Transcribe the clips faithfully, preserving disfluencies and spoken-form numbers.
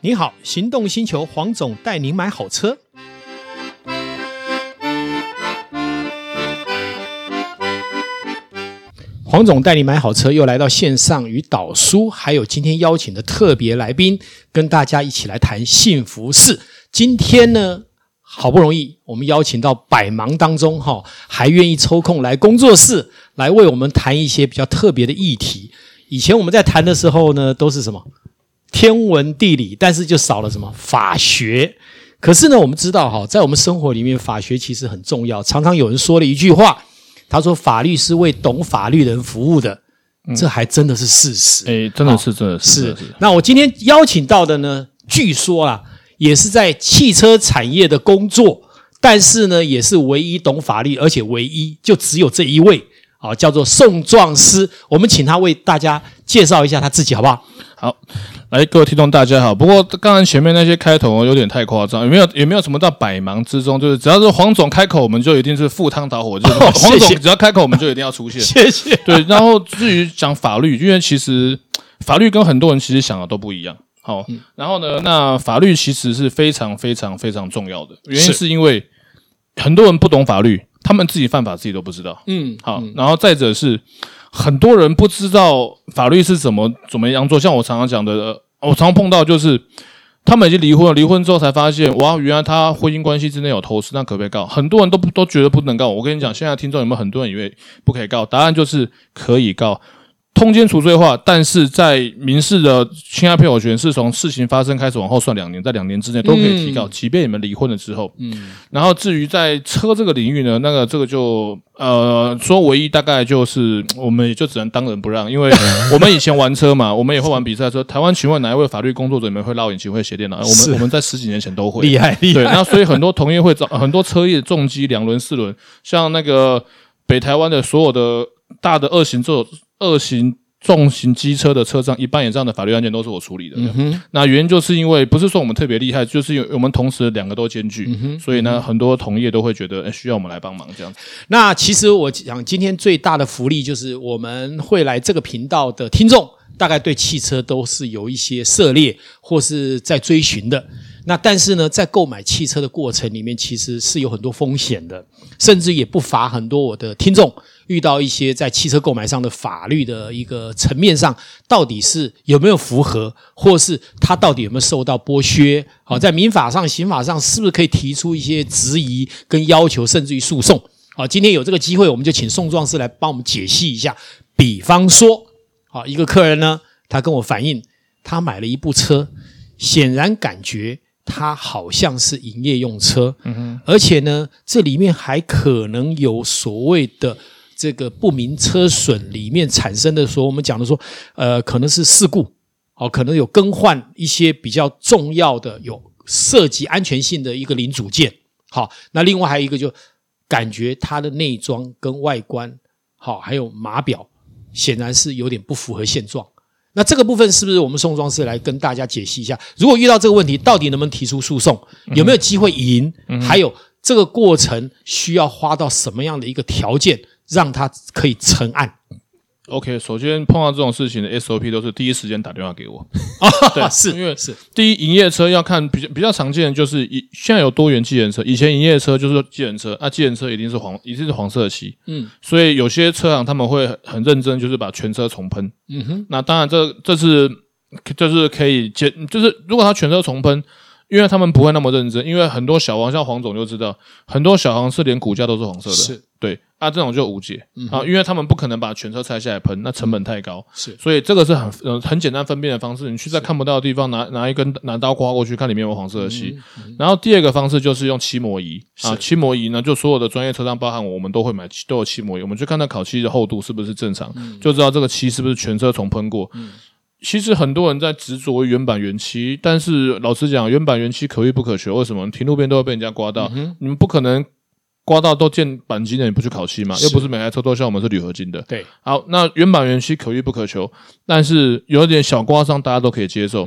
你好，行动星球黄总带您买好车。黄总带你买好车又来到线上与导书，还有今天邀请的特别来宾，跟大家一起来谈幸福事。今天呢，好不容易我们邀请到百忙当中哈，还愿意抽空来工作室来为我们谈一些比较特别的议题。以前我们在谈的时候呢，都是什么天文地理，但是就少了什么法学。可是呢，我们知道哈，在我们生活里面，法学其实很重要。常常有人说了一句话，他说法律是为懂法律的人服务的，嗯、这还真的是事实。 诶，真的是，真的是。 是。那我今天邀请到的呢，据说啊，也是在汽车产业的工作，但是呢，也是唯一懂法律，而且唯一就只有这一位，好，叫做宋壮师。我们请他为大家介绍一下他自己，好不好？ 好，来，各位听众大家好。不过刚才前面那些开头有点太夸张，有没有？有没有什么到百忙之中，就是只要是黄总开口，我们就一定是赴汤蹈火，就是黄总只要开口，我们就一定要出现。 谢谢。 对，然后至于讲法律，因为其实法律跟很多人其实想的都不一样。好，嗯、然后呢，那法律其实是非常非常非常重要的，原因是因为很多人不懂法律，他们自己犯法自己都不知道。嗯，好，然后再者是很多人不知道法律是怎么怎么样做，像我常常讲的，呃、我常常碰到就是他们已经离婚了，离婚之后才发现，哇，原来他婚姻关系之内有偷吃，那可不可以告？很多人都不都觉得不能告。我跟你讲，现在听众有没有很多人以为不可以告？答案就是可以告。通奸除罪化，但是在民事的侵害配偶权是从事情发生开始往后算两年，在两年之内都可以提告，嗯、即便你们离婚了之后。嗯，然后至于在车这个领域呢，那个这个就呃说唯一大概就是我们也就只能当仁不让，因为我们以前玩车嘛，我们也会玩比赛车。台湾请问哪一位法律工作者你们会烙引擎会写电脑？我们我们在十几年前都会， 厉害厉害。 对，那所以很多同业会找很多车业重机两轮四轮，像那个北台湾的所有的大的二型这种二型重型机车的车上，一般以上的法律案件都是我处理的。嗯哼，那原因就是因为不是说我们特别厉害，就是因为我们同时两个都兼具，嗯、所以呢，很多同业都会觉得、欸、需要我们来帮忙这样子。 那其实我讲今天最大的福利就是我们会来这个频道的听众，大概对汽车都是有一些涉猎或是在追寻的。那但是呢，在购买汽车的过程里面，其实是有很多风险的，甚至也不乏很多我的听众遇到一些在汽车购买上的法律的一个层面上，到底是有没有符合，或是他到底有没有受到剥削？好，在民法上、刑法上，是不是可以提出一些质疑跟要求，甚至于诉讼？好，今天有这个机会，我们就请宋壮士来帮我们解析一下。比方说，好，一个客人呢，他跟我反映，他买了一部车，显然感觉它好像是营业用车，嗯哼，而且呢，这里面还可能有所谓的这个不明车损里面产生的说，我们讲的说，呃，可能是事故，哦，可能有更换一些比较重要的、有涉及安全性的一个零组件。好，那另外还有一个就感觉它的内装跟外观，好，还有码表，显然是有点不符合现状。那这个部分是不是我们宋壮士来跟大家解析一下？如果遇到这个问题，到底能不能提出诉讼？有没有机会赢？嗯、还有这个过程需要花到什么样的一个条件，让他可以成案 ？OK， 首先碰到这种事情的 S O P 都是第一时间打电话给我。对， 是因为是第一，营业车要看比较比较常见的就是以现在有多元计程车，以前营业车就是说计程车，那计程车一定是黄一定是黄色漆，嗯，所以有些车行他们会很认真，就是把全车重喷。嗯哼，那当然这这是就是可以接，就是如果他全车重喷。因为他们不会那么认真，因为很多小黄像黄总就知道，很多小黄是连骨架都是黄色的，是对啊，这种就无解、嗯、啊，因为他们不可能把全车拆下来喷，那成本太高，是，所以这个是很呃很简单分辨的方式，你去在看不到的地方拿拿一根拿刀刮过去，看里面有没有黄色的漆、嗯嗯。然后第二个方式就是用漆膜仪啊，漆膜仪呢，就所有的专业车商包含我，我们都会买都有漆膜仪，我们去看那烤漆的厚度是不是正常，嗯、就知道这个漆是不是全车重喷过。嗯，其实很多人在执着于原版原漆，但是老实讲，原版原漆可遇不可求。为什么？停路边都会被人家刮到，嗯、你们不可能刮到都见钣金的，你不去烤漆嘛？又不是每台车都像我们是铝合金的。对，好，那原版原漆可遇不可求，但是有点小刮伤大家都可以接受。嗯、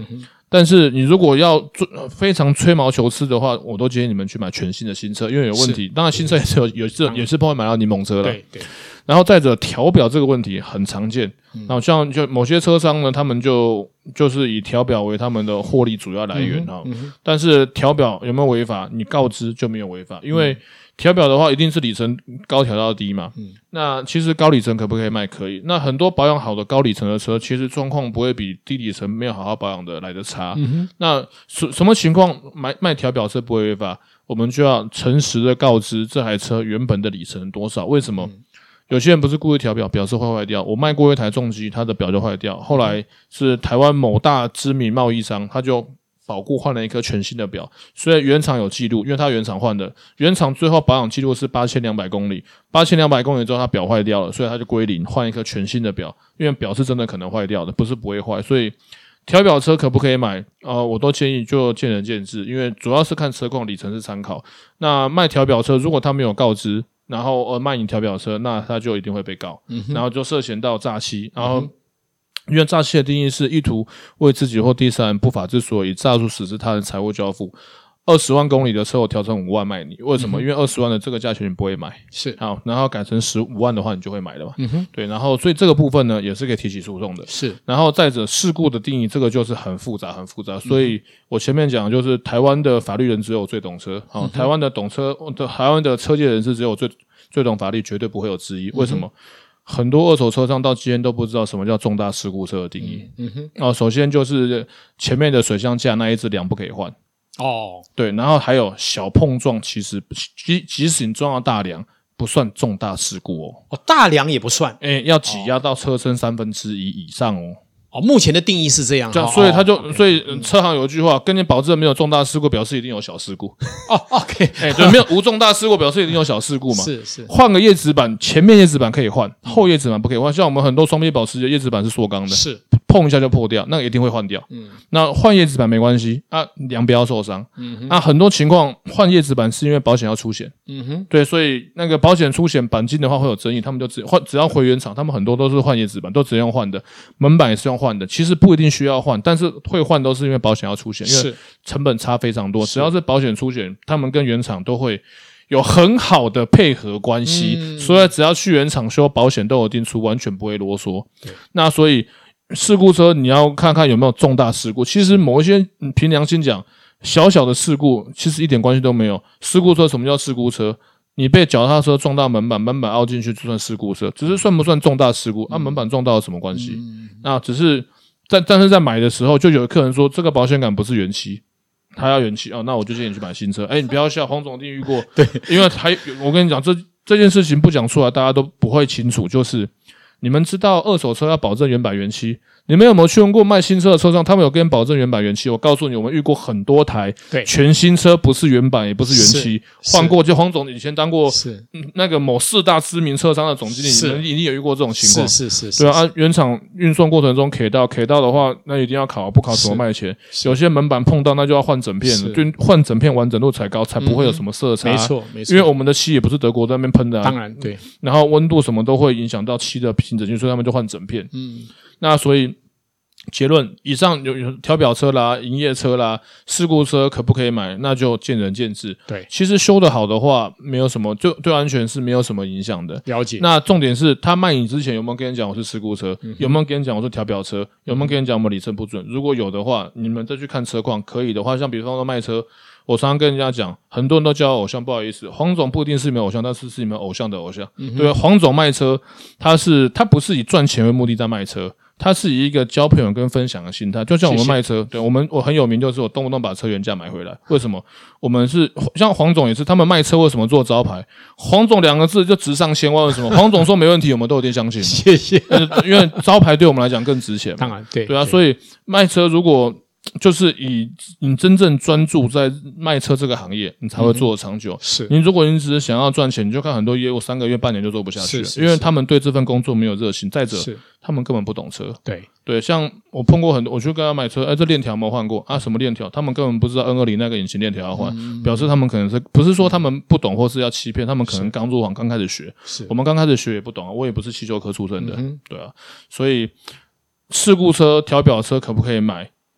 但是你如果要做非常吹毛求疵的话，我都建议你们去买全新的新车，因为有问题。当然新车也是有有是也是不会买到柠檬车了。 对对。 然后再者调表这个问题很常见，然后像就某些车商呢，他们就就是以调表为他们的获利主要来源哈、嗯嗯。但是调表有没有违法？你告知就没有违法，因为调表的话一定是里程高调到低嘛。嗯、那其实高里程可不可以卖？可以。那很多保养好的高里程的车，其实状况不会比低里程没有好好保养的来得差。嗯、那什什么情况买卖调表车不会违法？我们就要诚实的告知这台车原本的里程多少？为什么？嗯有些人不是故意调表，表是会坏掉。我卖过一台重机，它的表就坏掉。后来是台湾某大知名贸易商，他就保固换了一颗全新的表。虽然原厂有记录，因为它原厂换的，原厂最后保养记录是八千两百公里，八千两百公里之后它表坏掉了，所以它就归零，换一颗全新的表。因为表是真的可能坏掉的，不是不会坏，所以调表车可不可以买？呃，我都建议就见仁见智，因为主要是看车况，里程是参考。那卖调表车，如果他没有告知。然后呃卖你调表车，那他就一定会被告，嗯、然后就涉嫌到诈欺。然后、嗯、因为诈欺的定义是意图为自己或第三人不法之所以诈术使之他人财物交付。二十万公里的车我调成五万卖你，为什么？嗯、因为二十万的这个价钱你不会买，是好，然后改成十五万的话你就会买了嘛。嗯哼，对，然后所以这个部分呢也是可以提起诉讼的。是，然后再者事故的定义，这个就是很复杂很复杂，所以我前面讲就是台湾的法律人只有最懂车，好、嗯，台湾的懂车的台湾的车界人士只有最最懂法律，绝对不会有质疑。为什么？嗯、很多二手车商到今天都不知道什么叫重大事故车的定义。嗯哼，哦，首先就是前面的水箱架那一只梁不可以换。哦，对，然后还有小碰撞，其实即即使你撞到大梁，不算重大事故哦。 哦，大梁也不算， 诶，要挤压到车身三分之一以上哦。 哦，目前的定义是这样， 这样，所以他就，哦、所以车行有一句话，跟你保证没有重大事故，表示一定有小事故。 哦 ，OK， 哎，对，没有无重大事故，表示一定有小事故嘛。 是是， 换个叶子板，前面叶子板可以换，后叶子板不可以换。像我们很多双边保时捷叶子板是塑钢的，是碰一下就破掉，那个一定会换掉。嗯，那换叶子板没关系啊，梁不要受伤。嗯哼，啊，很多情况换叶子板是因为保险要出险。嗯哼，对，所以那个保险出险钣金的话会有争议，他们就只换，只要回原厂，他们很多都是换叶子板，都直接用换的，门板也是用换的，其实不一定需要换，但是会换都是因为保险要出险，因为成本差非常多。只要是保险出险，他们跟原厂都会有很好的配合关系，嗯、所以只要去原厂修保险都有定出，完全不会啰嗦。那所以事故车你要看看有没有重大事故，其实某一些凭良心讲，小小的事故其实一点关系都没有。事故车什么叫事故车？你被脚踏车撞到门板，门板凹进去就算事故车，只是算不算重大事故？啊，门板撞到有什么关系？嗯、那只是。但但是在买的时候，就有客人说这个保险杆不是原漆，他要原漆哦，那我就建议你去买新车。哎，你不要笑，黄总一定遇过，对，因为还我跟你讲，这这件事情不讲出来，大家都不会清楚。就是你们知道二手车要保证原版原漆，你们有没有去问过卖新车的车商，他们有跟你保证原版原漆？我告诉你，我们遇过很多台，对，全新车不是原版也不是原漆，换过。就黄总以前当过是、嗯、那个某四大知名车商的总经理，你们一定有遇过这种情况，是是是，对啊，啊原厂运送过程中 K 到 K 到的话，那一定要考，不考怎么卖钱？有些门板碰到那就要换整片了，就换整片完整度才高，才不会有什么色差。嗯、没错没错，因为我们的漆也不是德国在那边喷的、啊，当然对，然后温度什么都会影响到漆的平整性，所以他们就换整片。嗯，那所以。结论：以上有有调表车啦、营业车啦、事故车可不可以买？那就见仁见智。对，其实修得好的话，没有什么，就对安全是没有什么影响的。了解。那重点是他卖你之前有没有跟你讲我是事故车？嗯、有没有跟你讲我是调表车？有没有跟你讲我们里程不准？如果有的话，你们再去看车况，可以的话，像比方说卖车，我常常跟人家讲，很多人都叫我偶像，不好意思，黄总不一定是你们偶像，但是是你们偶像的偶像。嗯、对，黄总卖车，他是他不是以赚钱为目的在卖车。他是以一个交朋友跟分享的心态，就像我们卖车，谢谢对我们我很有名，就是我动不动把车原价买回来。为什么？我们是像黄总也是，他们卖车为什么做招牌？黄总两个字就值上千万，为什么？黄总说没问题，我们都有点相信。谢谢，因为招牌对我们来讲更值钱。当然，对对啊，所以卖车如果就是以你真正专注在卖车这个行业，你才会做得长久。嗯、是你如果你只是想要赚钱，你就看很多业务三个月、半年就做不下去了，因为他们对这份工作没有热情。再者，他们根本不懂车。对对，像我碰过很多，我去跟他买车，哎，这链条有没有换过啊？什么链条？他们根本不知道 N 二十 那个引擎链条要换，嗯、表示他们可能是不是说他们不懂或是要欺骗，他们可能刚入行刚开始学。是我们刚开始学也不懂啊，我也不是汽修科出身的，嗯、对啊，所以事故车、调表车可不可以买？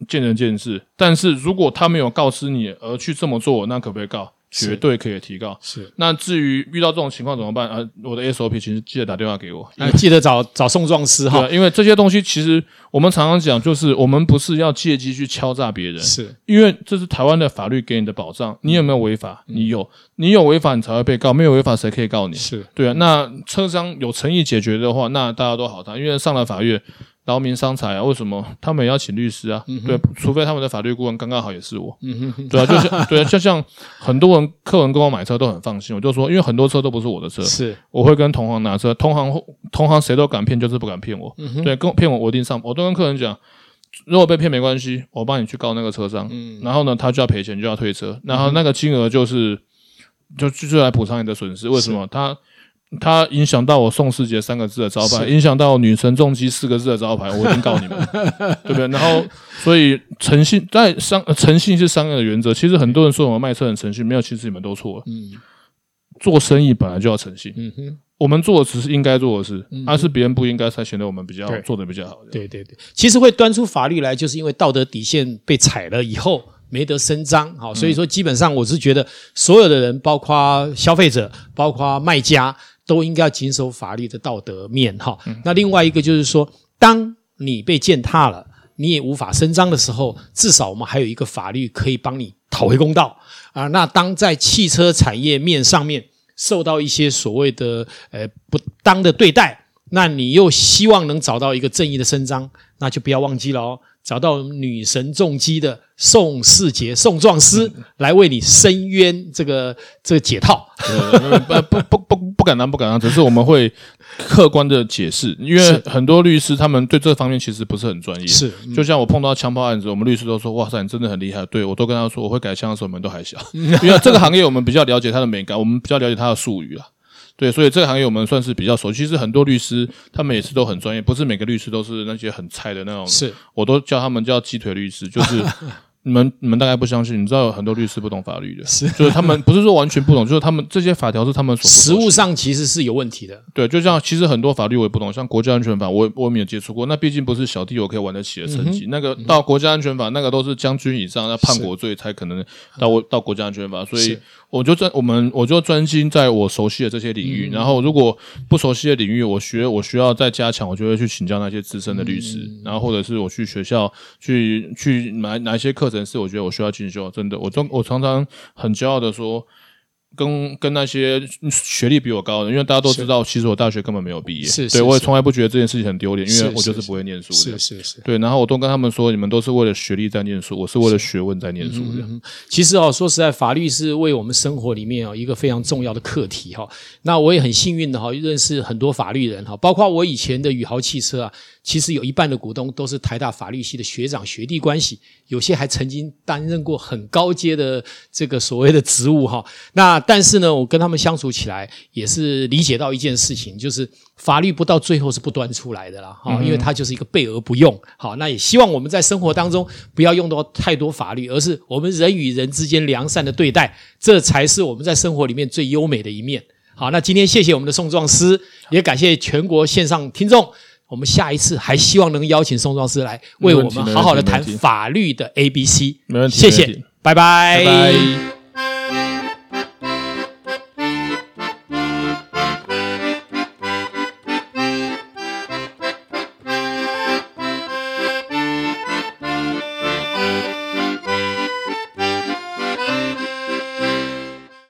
见仁见智。但是如果他没有告知你而去这么做，那可不可以告？绝对可以提告。 是。 那至于遇到这种情况怎么办？呃，我的 S O P 其实记得打电话给我， 呃、记得找找送状师哈。 因为这些东西其实我们常常讲，就是我们不是要借机去敲诈别人， 是因为这是台湾的法律给你的保障。你有没有违法？嗯、你有，你有违法你才会被告，没有违法谁可以告你？ 是对啊。那车商有诚意解决的话，那大家都好谈，因为上了法院。劳民伤财啊！为什么他们也要请律师啊？嗯、对，除非他们的法律顾问刚刚好也是我。嗯、对啊，就像对啊，就像很多人客人跟我买车都很放心，我就说，因为很多车都不是我的车， 是我会跟同行拿车，同行同行谁都敢骗，就是不敢骗我。嗯、对，跟骗我我一定上，我都跟客人讲，如果被骗没关系，我帮你去告那个车商，嗯、然后呢，他就要赔钱，就要退车，然后那个金额就是就就来补偿你的损失。为什么？他它影响到我宋世杰三个字的招牌，影响到我女神重击四个字的招牌，我一定告你们，对不对？然后，所以诚信在商诚信是商业的原则。其实很多人说我们卖车很诚信，没有，其实你们都错了。嗯，做生意本来就要诚信。嗯哼，我们做的只是应该做的事，而、嗯啊、是别人不应该才显得我们比较做的比较好。 对对对，其实会端出法律来，就是因为道德底线被踩了以后。没得伸张，好，所以说基本上我是觉得所有的人，包括消费者，包括卖家，都应该要谨守法律的道德面哈。嗯、那另外一个就是说，当你被践踏了，你也无法伸张的时候，至少我们还有一个法律可以帮你讨回公道啊。那当在汽车产业面上面受到一些所谓的呃不当的对待，那你又希望能找到一个正义的伸张，那就不要忘记了哦。找到女神重击的宋世杰宋状师来为你伸冤，这个这个解套。 不不不不不敢当不敢当，只是我们会客观的解释，因为很多律师他们对这方面其实不是很专业。 是， 嗯、就像我碰到枪炮案子，我们律师都说：“哇塞，你真的很厉害。”对我都跟他说，我会改枪的时候，你们都还小，因为这个行业我们比较了解它的美感，我们比较了解它的术语啊。对，所以这个行业我们算是比较熟。其实很多律师他们也是都很专业，不是每个律师都是那些很菜的那种。 是， 我都叫他们叫鸡腿律师，就是你们你们大概不相信，你知道有很多律师不懂法律的， 是， 就是他们不是说完全不懂，就是他们这些法条是他们所不实务上其实是有问题的。对， 就像其实很多法律我也不懂，像国家安全法我我也没有接触过，那毕竟不是小弟我可以玩得起的层级。嗯、那个到国家安全法那个都是将军以上要叛国罪才可能到到国家安全法，所以。我就专我们我就专心在我熟悉的这些领域，嗯、然后如果不熟悉的领域，我学我需要再加强，我就会去请教那些资深的律师，嗯、然后或者是我去学校去去买哪一些课程是我觉得我需要进修，真的，我我常常很骄傲的说。跟跟那些学历比我高的，因为大家都知道，其实我大学根本没有毕业， 是， 对我也从来不觉得这件事情很丢脸，因为我就是不会念书的，是是是， 对。然后我都跟他们说，你们都是为了学历在念书，我是为了学问在念书的。 嗯、其实哦，说实在，法律是为我们生活里面哦一个非常重要的课题哈。那我也很幸运的哈，认识很多法律人哈，包括我以前的宇豪汽车啊，其实有一半的股东都是台大法律系的学长学弟关系，有些还曾经担任过很高阶的这个所谓的职务哈。那但是呢，我跟他们相处起来也是理解到一件事情，就是法律不到最后是不端出来的啦，因为它就是一个备而不用。好，那也希望我们在生活当中不要用到太多法律，而是我们人与人之间良善的对待，这才是我们在生活里面最优美的一面。好，那今天谢谢我们的宋状师，也感谢全国线上听众。我们下一次还希望能邀请宋状师来为我们好好的谈法律的 A B C。 没问题， 谢谢，拜拜。 拜拜。